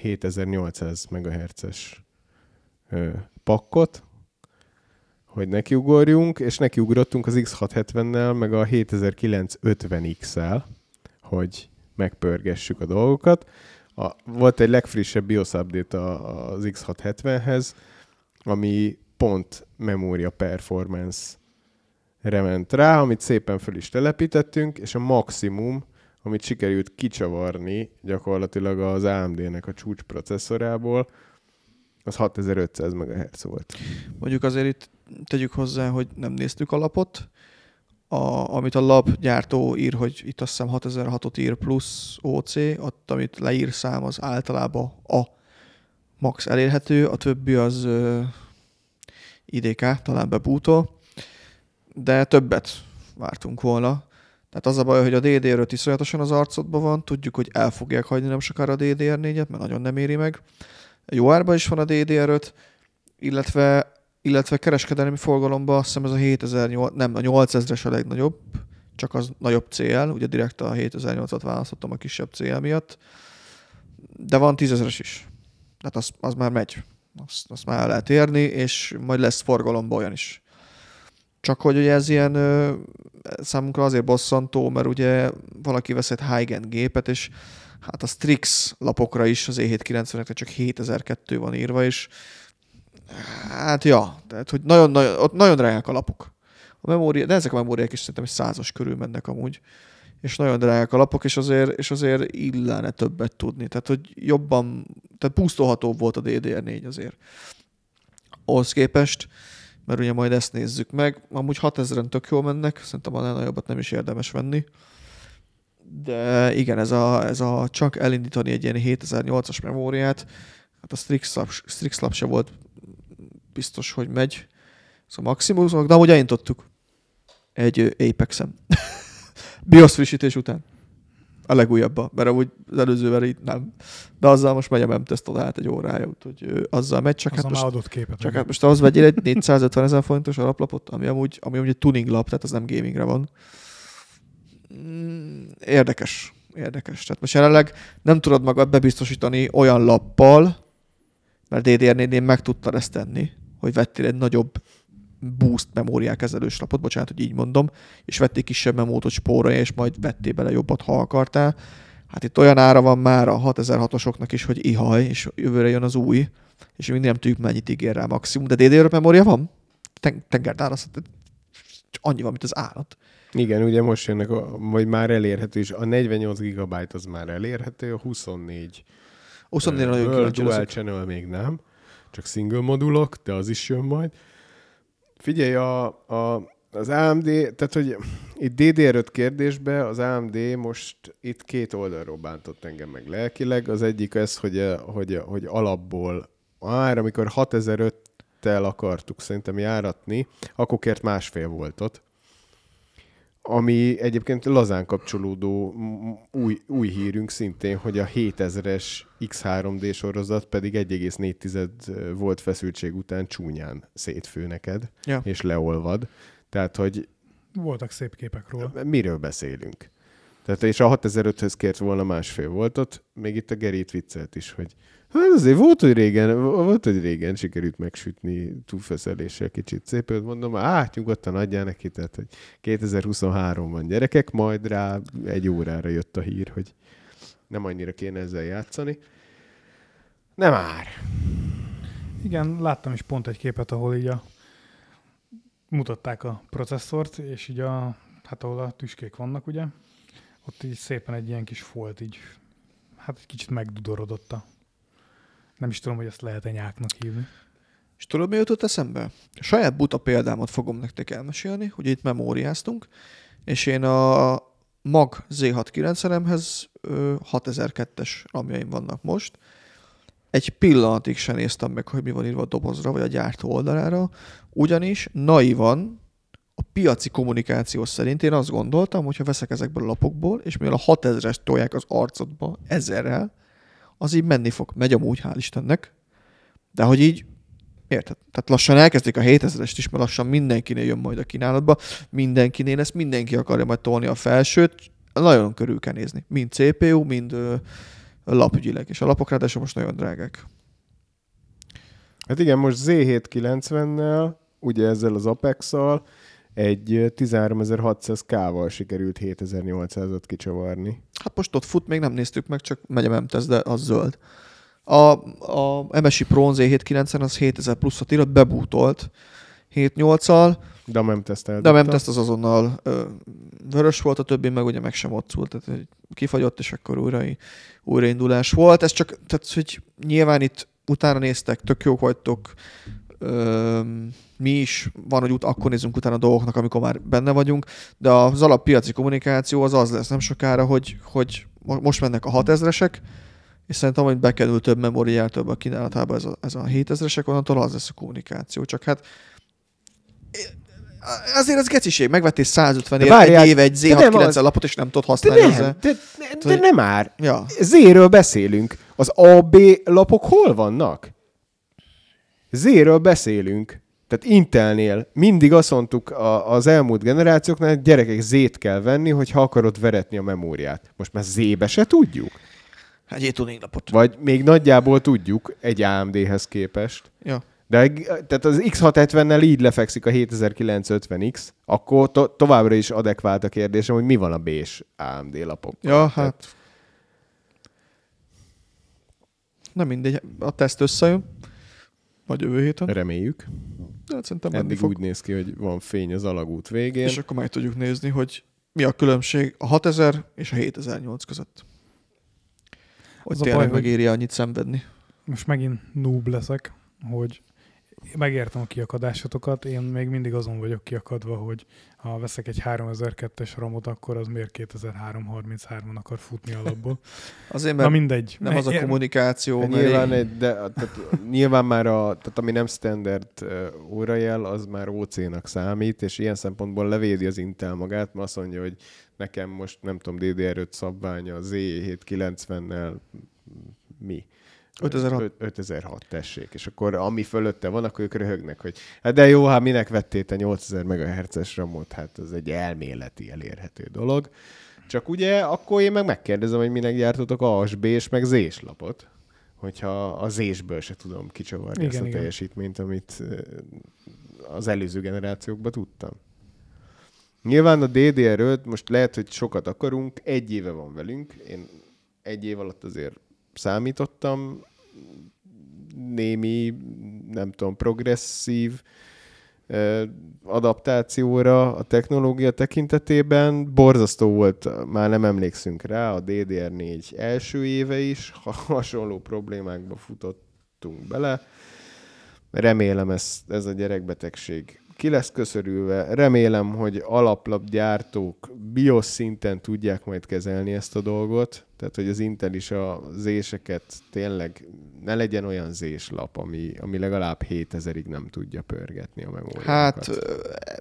Speaker 3: hétezer-nyolcszáz megahertzes ö, pakkot, hogy nekiugorjunk, és nekiugrottunk az iksz hatszázhetvennel, meg a hétezer-kilencszázötven iksszel, hogy megpörgessük a dolgokat. A, volt egy legfrissebb BIOS update a, az iksz hatszázhetvenhez, ami pont memória performance-re ment rá, amit szépen föl is telepítettünk, és a maximum, amit sikerült kicsavarni gyakorlatilag az á em dé-nek a csúcsprocesszorából, az hatezer-ötszáz megahertz volt.
Speaker 1: Mondjuk azért itt tegyük hozzá, hogy nem néztük a lapot, a, amit a lap gyártó ír, hogy itt azt hiszem hatezer-hatot ír plusz ó cé, ott, amit leír szám, az általában a max elérhető, a többi az ö, i dé ká, talán bebútol, de többet vártunk volna. Tehát az a baj, hogy a dé dé er öt iszonyatosan az arcodban van, tudjuk, hogy el fogják hagyni nem sokára a dé dé er négyet, mert nagyon nem éri meg. Jó árban is van a dé dé er öt, illetve, illetve kereskedelmi forgalomban azt hiszem ez a hétezer-nyolcszáz, nem, a nyolcezres a legnagyobb, csak az nagyobb cé el, ugye direkt a hétezer-nyolcszázat választottam a kisebb cé el miatt, de van tízezres is. Tehát az, az már megy, azt, azt már el lehet érni, és majd lesz forgalomban olyan is. Csak hogy ugye ez ilyen ö, számunkra azért bosszantó, mert ugye valaki vesz egy high-end gépet, és hát a Strix lapokra is az é hétszázkilencveneknek csak hétezer-kettő van írva, és hát ja, tehát hogy nagyon, nagyon, ott nagyon drágák a lapok. A memória, de ezek a memóriák is szerintem egy százas körül mennek amúgy, és nagyon drágák a lapok, és azért, és azért illene többet tudni. Tehát, hogy jobban, tehát pusztolhatóbb volt a dé dé er négy azért. Ahhoz képest, mert ugye majd ezt nézzük meg. Amúgy hatezren tök jól mennek, szerintem annál nagyobbat nem is érdemes venni. De igen, ez a, ez a csak elindítani egy ilyen hétezer-nyolcas memóriát, hát a Strix lap, Strix lap se volt biztos, hogy megy. Szóval maximum, de amúgy elindítottuk egy Apex-en. BIOS frissítés után. A legújabba, mert amúgy az előzővel így nem. De azzal most megy a memteszt oda hát egy órája, úgyhogy özzal megy. Csak
Speaker 2: azzal
Speaker 1: hát most,
Speaker 2: adott képet.
Speaker 1: csak hát most ahhoz vegyél egy négyszázötven ezer forintos alaplapot, ami amúgy, ami amúgy egy tuning lap, tehát az nem gamingre van. Érdekes. Érdekes. Tehát most jelenleg nem tudod magad bebiztosítani olyan lappal, mert dé dé er négynél meg tudtad ezt tenni, hogy vettél egy nagyobb boost memóriákezelős lapot, bocsánat, hogy így mondom, és vettél kisebb memótot spórolni, és majd vettél bele jobbat, ha akartál. Hát itt olyan ára van már a hatezer-hatosoknak is, hogy ihaj, és jövőre jön az új, és még nem tudjuk, mennyit ígér rá maximum. De dé dé er memória van? Ten- Tengertárasz, annyi van, mint az állat.
Speaker 3: Igen, ugye most jönnek, a, vagy már elérhető is. A negyvennyolc gigabyte az már elérhető, a huszonnégy
Speaker 1: huszonnégy nagyon
Speaker 3: uh,
Speaker 1: kíváncsi
Speaker 3: dual
Speaker 1: leszek.
Speaker 3: channel még nem, csak single modulok, de az is jön majd. Figyelj, a, a, az á em dé, tehát hogy itt dé dé er öt kérdésbe az á em dé most itt két oldalról bántott engem meg lelkileg. Az egyik ez, hogy, hogy, hogy alapból már amikor hatezer-öttel akartuk szerintem járatni, akkor kért másfél voltot. Ami egyébként lazán kapcsolódó új, új hírünk szintén, hogy a hétezres iksz három dé sorozat pedig egy egész négy volt feszültség után csúnyán szétfő neked,
Speaker 1: Ja.
Speaker 3: és leolvad. Tehát, hogy
Speaker 2: Voltak szép képek róla.
Speaker 3: miről beszélünk? Tehát, és a hatezer-öthöz kért volna másfél voltot, még itt a Gerét viccelt is, hogy hát azért volt, hogy régen, volt, hogy régen sikerült megsütni túlfeszeléssel kicsit szépen, mondom, hát nyugodtan adjál neki, tehát, hogy kétezer-huszonhárom van gyerekek, majd rá egy órára jött a hír, hogy nem annyira kéne ezzel játszani. Nem már.
Speaker 2: Igen, láttam is pont egy képet, ahol így a mutatták a processzort, és így a, hát ahol a tüskék vannak, ugye, ott így szépen egy ilyen kis folt így, hát egy kicsit megdudorodott a, nem is tudom, hogy ezt lehet-e nyáknak hívni.
Speaker 1: És tudod, mi jutott eszembe? A saját buta példámat fogom nektek elmesélni, hogy itt memóriáztunk, és én a mag zé hatszázkilencvenemhez hatezer-kettes ramjaim vannak most. Egy pillanatig sem néztem meg, hogy mi van írva a dobozra, vagy a gyártó oldalára, ugyanis naivan a piaci kommunikáció szerint én azt gondoltam, hogy ha veszek ezekből a lapokból, és mivel a hatezres tolják az arcodba ezerrel, az így menni fog. Megy amúgy, hál' Istennek. De hogy így, érted? Tehát lassan elkezdik a hétezrest is, mert lassan mindenkinél jön majd a kínálatba, mindenkinél lesz, mindenki akarja majd tolni a felsőt, nagyon körül kell nézni. Mind cé pé u, mind, lapügyileg, és a lapok ráadásul most nagyon drágák.
Speaker 3: Hát igen, most zé hétszázkilencvennel, ugye ezzel az Apex-szal, egy tizenháromezer-hatszáz ká-val sikerült hétezer-nyolcszázat kicsavarni.
Speaker 1: Hát most ott fut, még nem néztük meg, csak megy a Memtesz, de az zöld. A, a em es i Pro zé hétszázkilencven az hétezer pluszot írott, bebútolt hét nyolccal,
Speaker 3: De a Memteszt
Speaker 1: de a
Speaker 3: eldobta.
Speaker 1: Memtesz az azonnal ö, vörös volt, a többi meg ugye meg sem ott volt, tehát kifagyott, és akkor újra, újraindulás volt. Ez csak, tehát hogy nyilván itt utána néztek, tök jók vagytok, ö, mi is van, hogy ut- akkor nézzünk utána a dolgoknak, amikor már benne vagyunk, de az alappiaci kommunikáció az az lesz nem sokára, hogy, hogy most mennek a hatezresek, és szerintem, hogy bekerül több memóriára, több a kínálatába ez a, ez a hétezresek, onnantól az lesz a kommunikáció. Csak hát azért az geciség, megvettél százötven ér egy éve egy zé hatszázkilencven lapot, és nem tudod
Speaker 3: De
Speaker 1: használni
Speaker 3: nem,
Speaker 1: ezzel.
Speaker 3: de, de, de nem már.
Speaker 1: Ja.
Speaker 3: Zéről beszélünk. Az á bé lapok hol vannak? Zéről beszélünk. Tehát Intelnél mindig azt mondtuk a, az elmúlt generációknál, hogy gyerekek, zét kell venni, hogyha akarod veretni a memóriát. Most már zébe se tudjuk.
Speaker 1: Egy étuning lapot.
Speaker 3: Vagy még nagyjából tudjuk egy á em dé-hez képest.
Speaker 1: Ja.
Speaker 3: De tehát az iksz hatszázhetvennel így lefekszik a hétezer-kilencszázötven iksz, akkor to- továbbra is adekvált a kérdésem, hogy mi van a B-s á em dé lapokkal.
Speaker 1: Ja, hát nem mindegy, a teszt összejön, vagy jövő héten.
Speaker 3: Reméljük.
Speaker 1: De hát szerintem menni
Speaker 3: Eddig
Speaker 1: fog.
Speaker 3: úgy néz ki, hogy van fény az alagút végén.
Speaker 1: És akkor meg tudjuk nézni, hogy mi a különbség a hatezer és a hétezer-nyolc között. Hogy
Speaker 2: Az a
Speaker 1: tényleg
Speaker 2: baj, hogy-
Speaker 1: megéri annyit szenvedni.
Speaker 2: Most megint noob leszek, hogy megértem a kiakadásotokat, én még mindig azon vagyok kiakadva, hogy ha veszek egy háromezer-kettes ramot, akkor az miért kétezer-háromszázharminchárom akar futni alapból.
Speaker 1: Azért,
Speaker 2: Na
Speaker 1: mert
Speaker 2: mindegy.
Speaker 1: nem az a
Speaker 2: Ér-
Speaker 1: kommunikáció,
Speaker 3: De
Speaker 1: mert
Speaker 3: nyilván, egy, de, tehát, nyilván már a, tehát ami nem standard uh, órajel, az már ó cé-nak számít, és ilyen szempontból levédi az Intel magát, mert azt mondja, hogy nekem most nem tudom, dé dé er öt szabványa a zé hétszázkilencvennel mi?
Speaker 1: ötezer-hat.
Speaker 3: ötezer-hat, tessék. És akkor ami fölötte van, akkor ők röhögnek, hogy hát de jó, hát minek vettél te nyolcezer megahertzes ramot? Hát ez egy elméleti elérhető dolog. Csak ugye akkor én meg megkérdezem, hogy minek gyártotok á-s, bé-s, meg zés lapot, hogyha a zésből se tudom kicsavarni
Speaker 2: Igen,
Speaker 3: ezt a
Speaker 2: igen.
Speaker 3: teljesítményt, amit ö, az előző generációkban tudtam. Nyilván a dé dé er öt most lehet, hogy sokat akarunk, egy éve van velünk, én egy év alatt azért számítottam némi, nem tudom, progresszív eh, adaptációra a technológia tekintetében. Borzasztó volt, már nem emlékszünk rá, a dé dé er négy első éve is, ha hasonló problémákba futottunk bele. Remélem ez, ez a gyerekbetegség ki lesz köszörülve. Remélem, hogy alaplapgyártók BIOS szinten tudják majd kezelni ezt a dolgot. Tehát, hogy az Intel is a zéseket tényleg ne legyen olyan zéslap, ami, ami legalább hétezerig nem tudja pörgetni a memóriákat.
Speaker 1: Hát ö,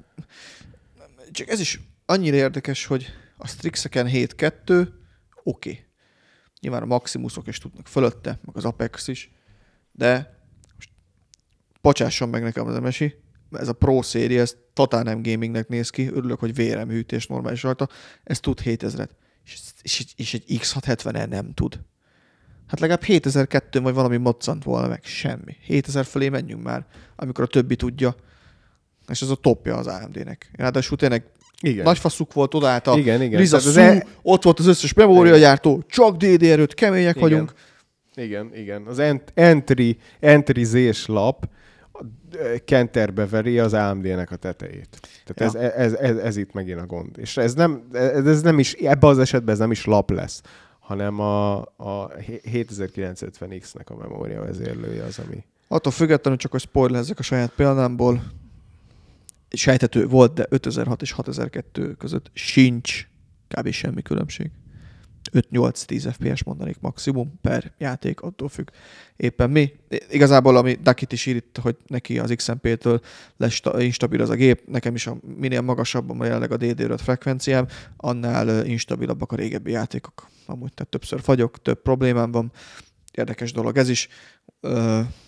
Speaker 1: csak ez is annyira érdekes, hogy a Strixeken hét kettő, oké. Okay. Nyilván a Maximusok is tudnak fölötte, meg az Apex is, de most bocsásson meg nekem az em es i, ez a Pro széria, ez totál nem gamingnek néz ki, örülök, hogy vé er em hűtés normális rajta, ez tud hétezret, és, és, és egy iksz hatszázhetven nem tud. Hát legalább hétezer-kettő vagy valami moccant volna meg, semmi. hétezer fölé menjünk már, amikor a többi tudja, és ez a topja az á em dé-nek. Ráadásul tényleg
Speaker 3: Igen.
Speaker 1: nagy faszuk volt, odaállt a
Speaker 3: Igen, igen.
Speaker 1: Liza
Speaker 3: Tehát
Speaker 1: Szú,
Speaker 3: az e-
Speaker 1: ott volt az összes memóriagyártó, csak dé dé er öt, kemények
Speaker 3: Igen.
Speaker 1: vagyunk.
Speaker 3: Igen, igen. Az ent- entry, entry zés lap ö, kenterbe veri az á em dé-nek a tetejét. Tehát
Speaker 1: Ja.
Speaker 3: ez, ez, ez, ez itt megint a gond. És ez nem, ez, ez nem is, ebben az esetben ez nem is lap lesz, hanem a, a hétezer-kilencszázötven iksz-nek a memória vezérlője az, ami...
Speaker 1: Attól függetlenül csak, hogy spoilerezzek a saját példámból, sejthető volt, de ötezer-hat és hatezer-kettő között sincs kb. Semmi különbség. öt-nyolc-tíz ef pé es mondanék maximum per játék, attól függ éppen mi. Igazából, ami Dakit is ír itt, hogy neki az iksz em pé-től lesz instabil az a gép, nekem is a minél magasabb a jelenleg a dé dé er öt frekvenciám, annál instabilabbak a régebbi játékok. Amúgy tehát többször fagyok, több problémám van. Érdekes dolog ez is. Ö,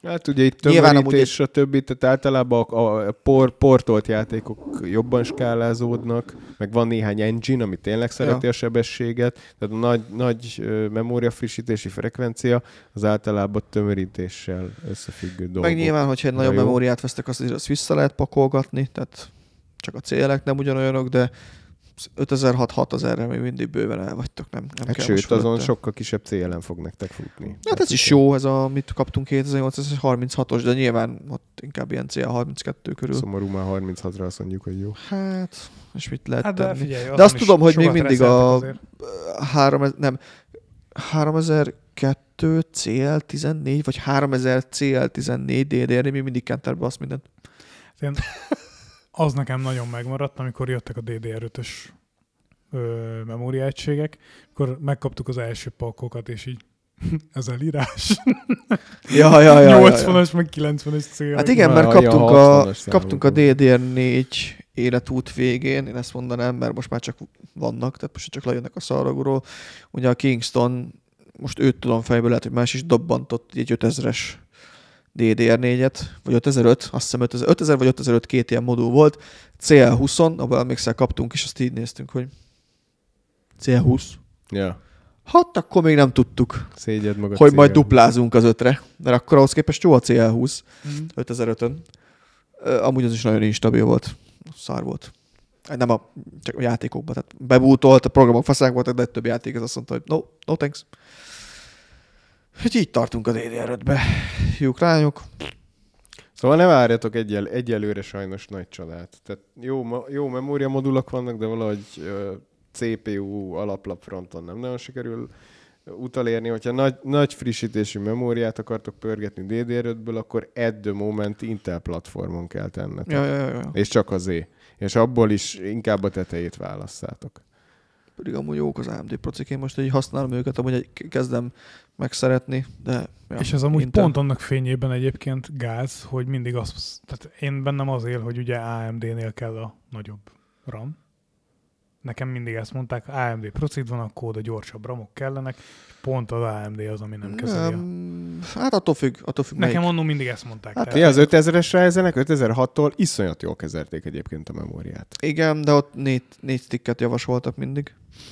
Speaker 3: Hát ugye itt
Speaker 1: Nyilván
Speaker 3: tömörítés, a többi, tehát általában a, a por, portolt játékok jobban skálázódnak, meg van néhány engine, ami tényleg szereti ja. a sebességet, tehát a nagy, nagy uh, memóriafrissítési frekvencia az általában tömörítéssel összefüggő dolgok.
Speaker 1: Meg nyilván, hogyha egy nagyobb
Speaker 3: jó.
Speaker 1: memóriát vesztek, azt, azt vissza lehet pakolgatni, tehát csak a célek nem ugyanolyanok, de ötezer-hat hatezerre még mindig bőven elvagytok, nem, nem
Speaker 3: hát
Speaker 1: kell
Speaker 3: sőt, azon
Speaker 1: fölötte.
Speaker 3: sokkal kisebb cé el en fog nektek futni.
Speaker 1: Hát ez is jó, ez a, mit kaptunk kétezer-nyolcszázharminchatos, de nyilván ott inkább ilyen cé el harminckettő körül.
Speaker 3: Szomorú, már harminchatra azt mondjuk, hogy jó.
Speaker 1: Hát, és mit lehet
Speaker 2: Hát de
Speaker 1: tenni.
Speaker 2: figyelj,
Speaker 1: De azt tudom, hogy még
Speaker 2: sokat
Speaker 1: mindig a
Speaker 2: reszeltek azért.
Speaker 1: három, nem, háromezer-kettő cé el tizennégy, vagy háromezer cé el tizennégy dé dé er, még mindig kenterbe azt mindent.
Speaker 2: Én, az nekem nagyon megmaradt, amikor jöttek a dé dé er ötös ö, memóriaegységek, akkor megkaptuk az első pakokat, és így ez elírás.
Speaker 1: Ja, ja, ja,
Speaker 2: nyolcvanas,
Speaker 1: ja, ja.
Speaker 2: meg kilencvenes cél.
Speaker 1: Hát igen, mert
Speaker 3: Ja,
Speaker 1: kaptunk,
Speaker 3: ja,
Speaker 1: a,
Speaker 3: hatvanas
Speaker 1: kaptunk a
Speaker 3: számokban.
Speaker 1: dé dé er négy életút végén, én ezt mondanám, mert most már csak vannak, tehát most csak lejönnek a szaragúról. Ugye a Kingston, most őt tudom fejből, lehet, hogy más is dobbantott egy ötezres dé dé er négyet, vagy ötezer-öt, azt hiszem ötezer, ötezer vagy ötezer-öt két ilyen modul volt. cé el húsz, abban emlékszel kaptunk, és azt így néztünk, hogy cé el húsz.
Speaker 3: Ja,
Speaker 1: Hát akkor még nem tudtuk,
Speaker 3: szégyed magad.
Speaker 1: hogy
Speaker 3: cé
Speaker 1: majd
Speaker 3: el húsz.
Speaker 1: duplázunk az ötre, mert akkor ahhoz képest jó a cé el húsz,
Speaker 2: Mm.
Speaker 1: ötezer-ötön. Ö, Amúgy az is nagyon instabil volt, szar volt. Nem a, csak a játékokban, tehát bebútolt, a programok faszák voltak, de egy több játék az azt mondta, hogy no, no thanks. Hogy így tartunk a dé dé er ötbe. Jók lányok.
Speaker 3: Szóval ne várjatok egyel, egyelőre sajnos nagy csodát. Tehát jó, ma, jó memóriamodulok vannak, de valahogy ö, cé pé u alaplap fronton nem nagyon sikerül utalérni. Hogyha nagy, nagy frissítésű memóriát akartok pörgetni dé dé er ötből, akkor at the moment Intel platformon kell tennetek.
Speaker 1: Ja, ja, ja, ja.
Speaker 3: És csak az é. És abból is inkább a tetejét válasszátok.
Speaker 1: Pedig amúgy jók az á em dé procik, én most így használom őket, amúgy egy- kezdem megszeretni, de... Ja,
Speaker 2: És ez amúgy
Speaker 1: Intel.
Speaker 2: pont annak fényében egyébként gáz, hogy mindig az, tehát én bennem az él, hogy ugye á em dé-nél kell a nagyobb RAM. Nekem mindig ezt mondták, á em dé procid van, akkor a gyorsabb ramok kellenek, és pont az á em dé az, ami nem kezeli. a-
Speaker 1: Nem, hát attól függ, attól függ
Speaker 2: Nekem
Speaker 1: melyik.
Speaker 2: annól mindig ezt mondták.
Speaker 1: Hát
Speaker 2: tehát-
Speaker 3: Mi az ötezeres Ryzenek ötezer-hattól iszonyat jól kezelték egyébként a memóriát.
Speaker 1: Igen, de ott négy, négy sticket javasoltak mindig.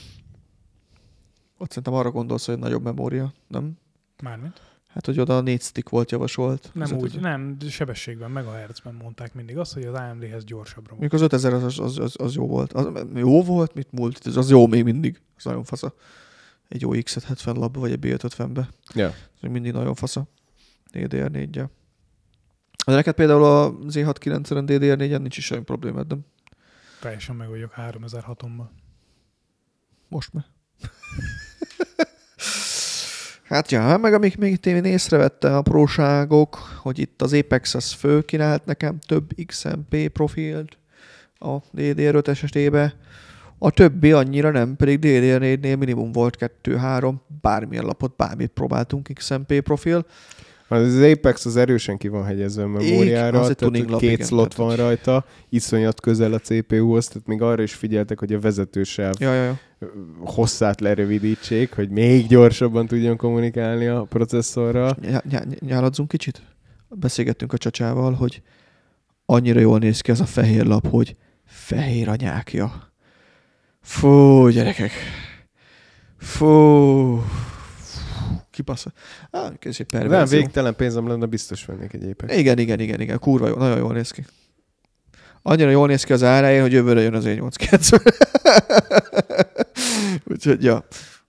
Speaker 1: Ott szerintem arra gondolsz, hogy nagyobb memória, nem?
Speaker 2: Mármint?
Speaker 1: Hát, hogy oda négy stick volt javasolt.
Speaker 2: Nem
Speaker 1: Az
Speaker 2: úgy,
Speaker 1: ötezer.
Speaker 2: nem, sebességben, megahertzben mondták mindig azt, hogy az á em dé-hez gyorsabb RAM.
Speaker 1: Mondjuk az ötezer az, az, az, az jó volt. Az, jó volt, mit múlt? Az, az jó még mindig. Az nagyon fasza. Egy jó iksz hetven labba, vagy egy bé ötvenbe.
Speaker 3: Ja.
Speaker 1: Ez még mindig nagyon fasza. dé dé er négyel. De neked például a zé hatszázkilencven dé dé er négyen nincs is semmi problémád, nem?
Speaker 2: Teljesen meg vagyok háromezer-hatommal.
Speaker 1: Most már. Hát ja, meg amik még itt én észrevette apróságok, hogy itt az Apex az fölkínált nekem több iksz em pé profilt a dé dé er öt esetében. A többi annyira nem, pedig dé dé er négynél minimum volt kettő-három, bármilyen lapot, bármit próbáltunk iksz em pé profil.
Speaker 3: Az Apex az erősen ki van hegyezve a memóriára,
Speaker 1: az egy
Speaker 3: tehát
Speaker 1: tuning
Speaker 3: hogy
Speaker 1: lap,
Speaker 3: két
Speaker 1: igen,
Speaker 3: slot
Speaker 1: tehát,
Speaker 3: van rajta, iszonyat közel a cé pé u-hoz, tehát még arra is figyeltek, hogy a vezetősáv
Speaker 1: Ja, ja, ja.
Speaker 3: hosszát lerövidítsék, hogy még gyorsabban tudjon kommunikálni a processzorral.
Speaker 1: Ny- ny- nyáladzunk kicsit? Beszélgettünk a csacsával, hogy annyira jól néz ki ez a fehér lap, hogy fehér anyákja. Fú, gyerekek. Fú. Kibasza. Ah, ez egy
Speaker 3: Nem,
Speaker 1: perverzió.
Speaker 3: végtelen pénzem lenne, biztos vennék egy Apex.
Speaker 1: Igen, igen, igen, igen. Kurva jó, nagyon jól néz ki. Annyira jól néz ki az áráján, hogy jövőre jön az é nyolcszázkilencven. Úgyhogy, ja.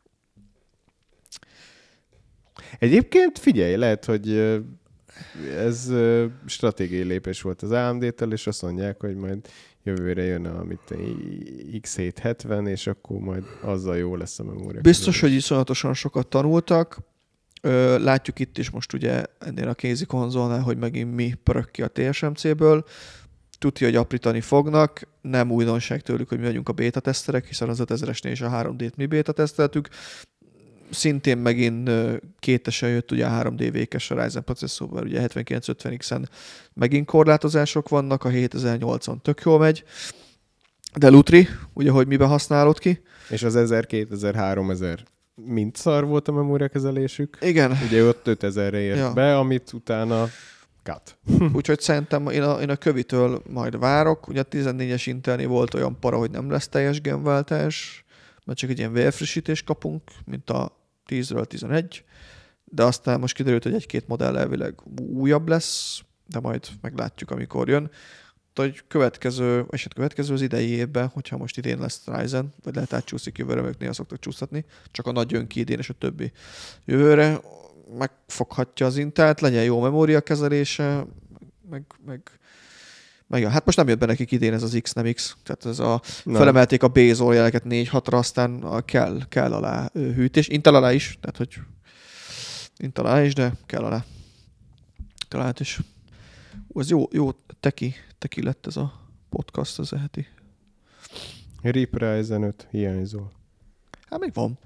Speaker 3: Egyébként figyelj, lehet, hogy ö, ez ö, stratégiai lépés volt az á em dé-tel, és azt mondják, hogy majd jövőre jön a mit, iksz hétszázhetven, és akkor majd azzal jó lesz a memória.
Speaker 1: Biztos, hogy iszonyatosan sokat tanultak. Ö, látjuk itt is most ugye ennél a kézi konzolnál, hogy megint mi pörög ki a té es em cé-ből. Tudja, hogy aprítani fognak. Nem újdonság tőlük, hogy mi vagyunk a beta teszterek, hiszen az ötezeresnél is a három dét mi beta teszteltük. Szintén megint ö, kétesen jött ugye a három dé vékes a Ryzen processzorban, ugye hetvenkilenc ötven iksz-en megint korlátozások vannak, a hétezer-nyolcvan tök jól megy. De Lutri, ugye, hogy miben használod ki?
Speaker 3: És az ezer, kétezer, háromezer mint szar volt a memóriakezelésük.
Speaker 1: Igen.
Speaker 3: Ugye ott ötezerre ért
Speaker 1: Ja.
Speaker 3: be, amit utána cut.
Speaker 1: Úgyhogy szerintem én a, én a kövitől majd várok. Ugye a tizennégyes Intelnél volt olyan para, hogy nem lesz teljes genváltás, mert csak egy ilyen vérfrissítést kapunk, mint a tízről tizenegy, de aztán most kiderült, hogy egy-két modell elvileg újabb lesz, de majd meglátjuk, amikor jön. Hogy következő, és hát következő az idei évben, hogyha most idén lesz Ryzen, vagy lehet átcsúszik jövőre, mert néha szoktak csúsztatni, csak a nagy jön ki idén, és a többi jövőre megfoghatja az Intelt, legyen jó memóriakezelése, meg, meg, meg ja, hát most nem jött be nekik idén ez az X, nem X, tehát ez a,
Speaker 3: Na.
Speaker 1: felemelték a Bezor jeleket négy hatra, aztán a kell, kell alá ö, hűtés, Intel alá is, tehát hogy Intel alá is, de kell alá. Talált is. Ú, ez jó, jó teki, teki lett ez a podcast, az heti.
Speaker 3: Rip Ryzen öt hiányzol.
Speaker 1: Hát még van.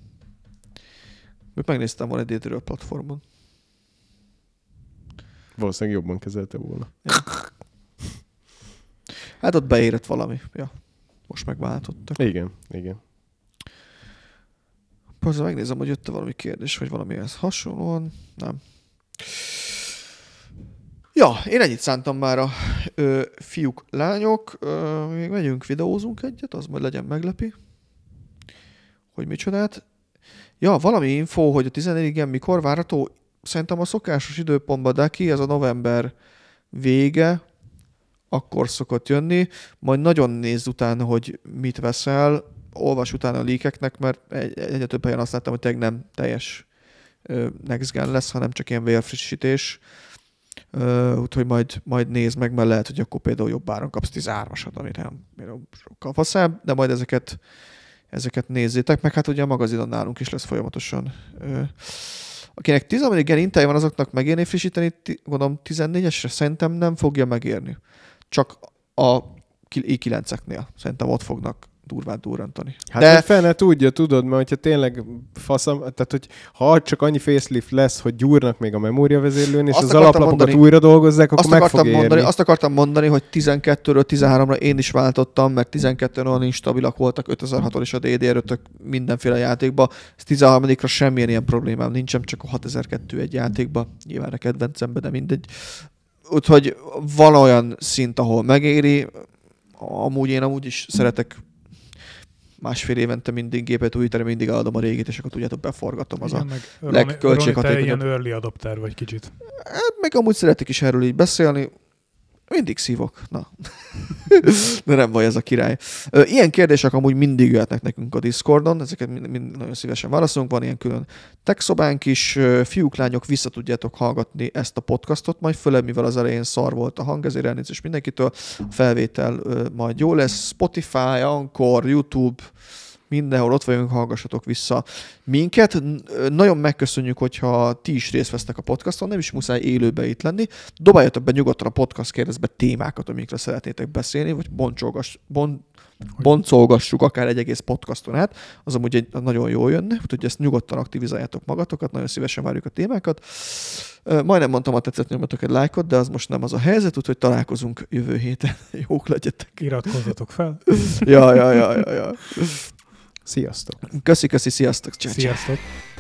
Speaker 1: Még megnéztem volna egy Dédről platformon.
Speaker 3: Valószínűleg jobban kezelte volna.
Speaker 1: Ja. Hát ott beérett valami. Ja. Most megváltottak.
Speaker 3: Igen, igen.
Speaker 1: Persze megnézem, hogy jött-e valami kérdés, vagy valamihez hasonlóan. Nem. Ja, én ennyit szántam már a ö, fiúk, lányok. Ö, még megyünk, videózunk egyet, az majd legyen meglepi. Hogy micsodát. Ja, valami info, hogy a tizennegyen mikor várható. Szerintem a szokásos időpontban, de ki ez a november vége, akkor szokott jönni. Majd nagyon nézz utána, hogy mit veszel. Olvas utána a leakeknek, mert egy, egyre több helyen azt láttam, hogy tényleg nem teljes ö, next gen lesz, hanem csak ilyen vérfrissítés. Uh, úgyhogy majd, majd nézd meg, mert lehet, hogy akkor például jobb áron kapsz tizenhármasat, amit nem sokkal faszább, de majd ezeket, ezeket nézzétek, meg hát ugye a magazinon nálunk is lesz folyamatosan. Uh, akinek tizenöt gen Intel van, azoknak megérni frissíteni, t- gondolom tizennégyesre szerintem nem fogja megérni. Csak a i kilenceknél szerintem ott fognak durván durrantani.
Speaker 3: Hát
Speaker 1: de
Speaker 3: de... fene tudja, tudod, mert hogyha tényleg faszam, tehát hogy ha csak annyi facelift lesz, hogy gyúrnak még a memóriavezérlőn, és
Speaker 1: Azt
Speaker 3: az
Speaker 1: akartam
Speaker 3: alaplapokat
Speaker 1: mondani-
Speaker 3: újra dolgozzák, akkor
Speaker 1: azt
Speaker 3: meg
Speaker 1: akartam,
Speaker 3: fog
Speaker 1: mondani,
Speaker 3: érni.
Speaker 1: azt akartam mondani, hogy tizenkettőről tizenháromra én is váltottam, mert tizenkettőn olyan instabilak voltak, ötezer-haton is a dé dé er ötök mindenféle játékba. Ez tizenharmadikra semmilyen ilyen problémám nincsen, csak a hatezer-kettő egy játékba. Nyilván a kedvencemben, de mindegy. Úgyhogy van olyan szint, ahol megéri. Amúgy én amúgy is szeretek másfél évente mindig gépet újítani, mindig eladom a régit, és akkor tudjátok, beforgatom az
Speaker 2: Igen,
Speaker 1: a
Speaker 2: meg
Speaker 1: legköltséghatékonyabb.
Speaker 2: Roni, te ilyen early adopter vagy kicsit.
Speaker 1: Hát meg amúgy szeretik is erről így beszélni. Mindig szívok. Na. De nem baj, ez a király. Ilyen kérdések amúgy mindig jöhetnek nekünk a Discordon, ezeket mind, mind nagyon szívesen válaszolunk. Van ilyen külön tech-szobánk is. Fiúk, lányok, vissza tudjátok hallgatni ezt a podcastot, majd főleg, mivel az elején szar volt a hang, ezért elnézést mindenkitől. A felvétel majd jó lesz. Spotify, Anchor, YouTube, mindenhol ott vagyunk, hallgassatok vissza minket. Nagyon megköszönjük, hogyha ti is részt vesztek a podcaston, nem is muszáj élőben itt lenni. Dobáljatok be nyugodtan a podcast kérdezbe témákat, amikre szeretnétek beszélni, vagy boncsolgass, bon, boncolgassuk akár egy egész podcaston át. Az amúgy egy, nagyon jól jönne, úgyhogy ezt nyugodtan aktivizáljátok magatokat, nagyon szívesen várjuk a témákat. Majdnem mondtam, a tetszett nyomatok egy lájkot, de az most nem az a helyzet, úgyhogy találkozunk jövő héten. Jók legyetek.
Speaker 2: Iratkozzatok fel.
Speaker 1: ja, ja, ja, ja, ja.
Speaker 3: Sziasztok!
Speaker 1: Köszi, köszi, sziasztok! Csá, csá.
Speaker 2: Sziasztok!